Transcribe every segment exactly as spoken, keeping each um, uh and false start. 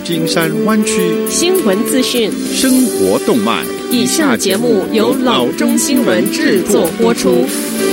金山湾区新闻资讯、 生活动脉。 以下节目由老中新闻制作播出。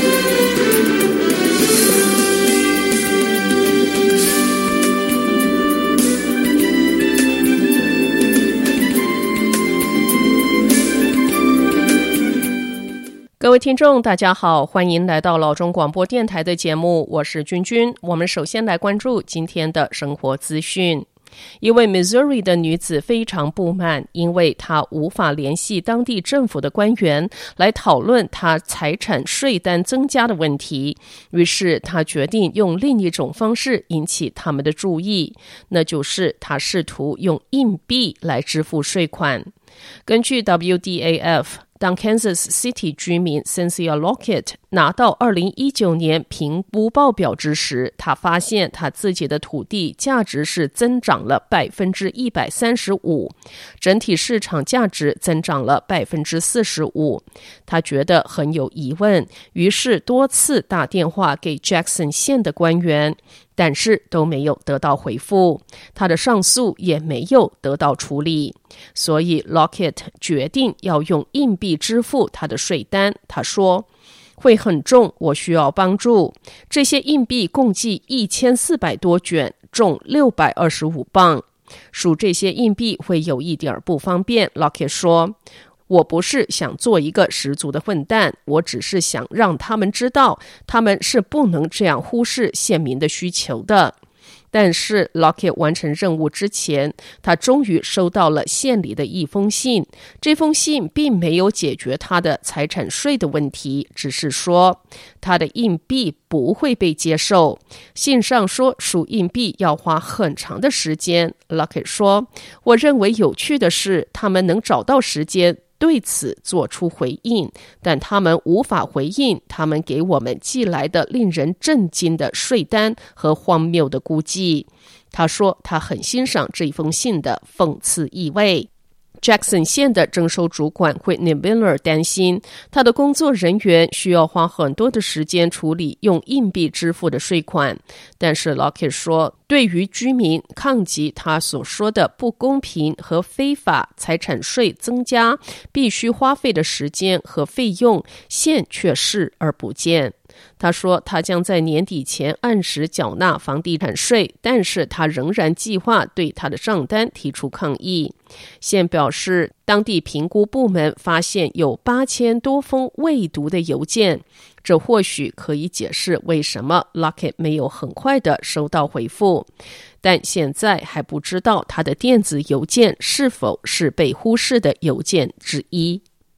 各位听众大家好，欢迎来到老中广播电台的节目，我是君君。我们首先来关注今天的生活资讯。一位 Missouri 的女子非常不满，因为她无法联系当地政府的官员来讨论她财产税单增加的问题，于是她决定用另一种方式引起他们的注意，那就是她试图用硬币来支付税款。根据 W D A F，当 Kansas City 居民 Cynthia Lockett 拿到二零一九年评估报表之时，他发现他自己的土地价值是增长了 百分之一百三十五， 整体市场价值增长了 百分之四十五。 他觉得很有疑问，于是多次打电话给 Jackson 县的官员，但是都没有得到回复，他的上诉也没有得到处理，所以 Lockett 决定要用硬币支付他的税单。他说，会很重，我需要帮助。这些硬币共计一千四百多卷，重六百二十五磅。数这些硬币会有一点不方便， Lockett 说，我不是想做一个十足的混蛋，我只是想让他们知道，他们是不能这样忽视县民的需求的。但是 Lockett 完成任务之前，他终于收到了县里的一封信。这封信并没有解决他的财产税的问题，只是说他的硬币不会被接受。信上说数硬币要花很长的时间。 Lockett 说，我认为有趣的是，他们能找到时间对此做出回应，但他们无法回应他们给我们寄来的令人震惊的税单和荒谬的估计。他说他很欣赏这封信的讽刺意味。Jackson 县的征收主管 Whitney Miller 担心，他的工作人员需要花很多的时间处理用硬币支付的税款。但是 Lockett 说，对于居民抗击他所说的不公平和非法财产税增加必须花费的时间和费用，县却视而不见。他说他将在年底前按时缴纳房地产税，但是他仍然计划对他的账单提出抗议。县表示，当地评估部门发现有八千多封未读的邮件，这或许可以解释为什么 Lockett 没有很快的收到回复，但现在还不知道他的电子邮件是否是被忽视的邮件之一。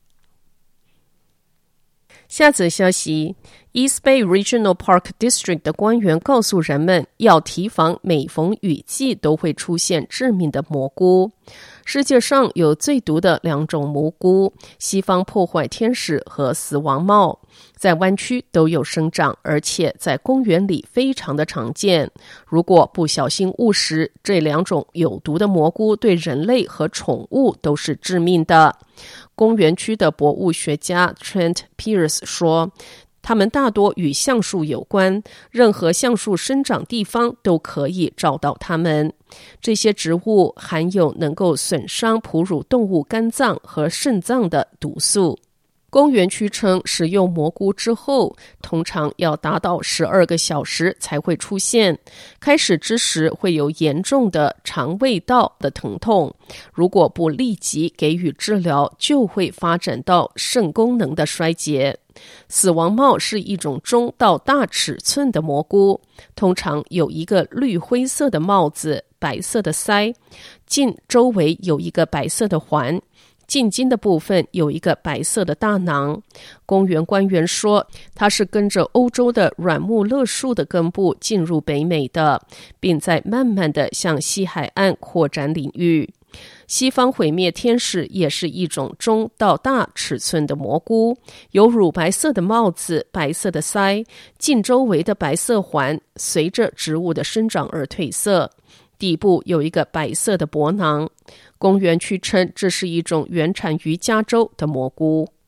下则消息， East Bay Regional Park District 的官员告诉人们，要提防每逢雨季都会出现致命的蘑菇。世界上有最毒的两种蘑菇，西方破坏天使和死亡帽，在湾区都有生长，而且在公园里非常的常见。如果不小心误食，这两种有毒的蘑菇对人类和宠物都是致命的。公园区的博物学家 Trent Pierce 说，它们大多与橡树有关，任何橡树生长地方都可以找到它们。这些植物含有能够损伤哺乳动物肝脏和肾脏的毒素。公园区称，食用蘑菇之后通常要达到十二个小时才会出现，开始之时会有严重的肠胃道的疼痛，如果不立即给予治疗，就会发展到肾功能的衰竭。死亡帽是一种中到大尺寸的蘑菇，通常有一个绿灰色的帽子，白色的鳃，茎周围有一个白色的环，茎茎的部分有一个白色的大囊。公园官员说，它是跟着欧洲的软木勒树的根部进入北美的，并在慢慢地向西海岸扩展领域。西方毁灭天使也是一种中到大尺寸的蘑菇，有乳白色的帽子，白色的鳃，茎周围的白色环随着植物的生长而褪色，底部有一个白色的脖囊。公园区称这是一种原产于加州的蘑菇。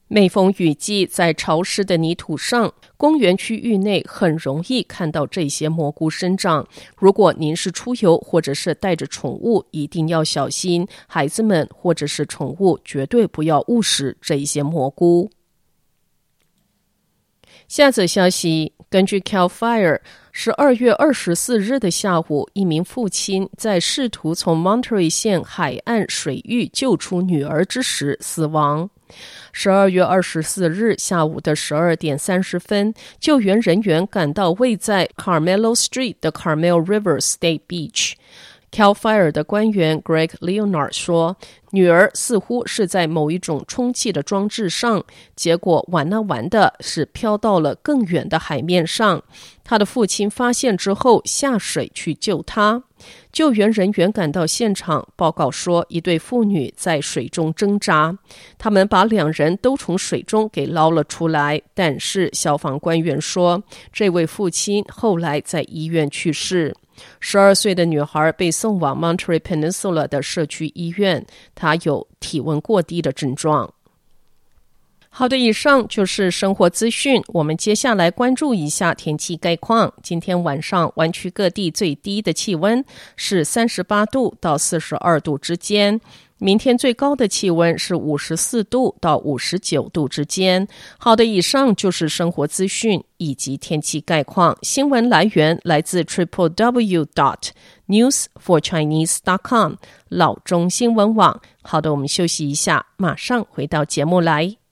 每逢雨季，在潮湿的泥土上，公园区域内很容易看到这些蘑菇生长。如果您是出游或者是带着宠物，一定要小心，孩子们或者是宠物绝对不要误食这一些蘑菇。下则消息，根据 Cal Fire， 十二月二十四日的下午，一名父亲在试图从 Monterey 县海岸水域救出女儿之时死亡。十二月二十四日下午的十二点三十分，救援人员赶到位在 Carmelo Street 的 Carmel River State Beach。Cal Fire 的官员 Greg Leonard 说，女儿似乎是在某一种充气的装置上，结果玩啊玩的是飘到了更远的海面上。他的父亲发现之后下水去救她。救援人员赶到现场，报告说一对父女在水中挣扎，他们把两人都从水中给捞了出来，但是消防官员说，这位父亲后来在医院去世。十二岁的女孩被送往 Monterey Peninsula 的社区医院，她有体温过低的症状。好的，以上就是生活资讯，我们接下来关注一下天气概况。今天晚上湾区各地最低的气温是三十八度到四十二度之间，明天最高的气温是五十四度到五十九度之间。好的，以上就是生活资讯以及天气概况。新闻来源来自 triple w dot news for chinese dot com 老中新闻网。好的，我们休息一下，马上回到节目来。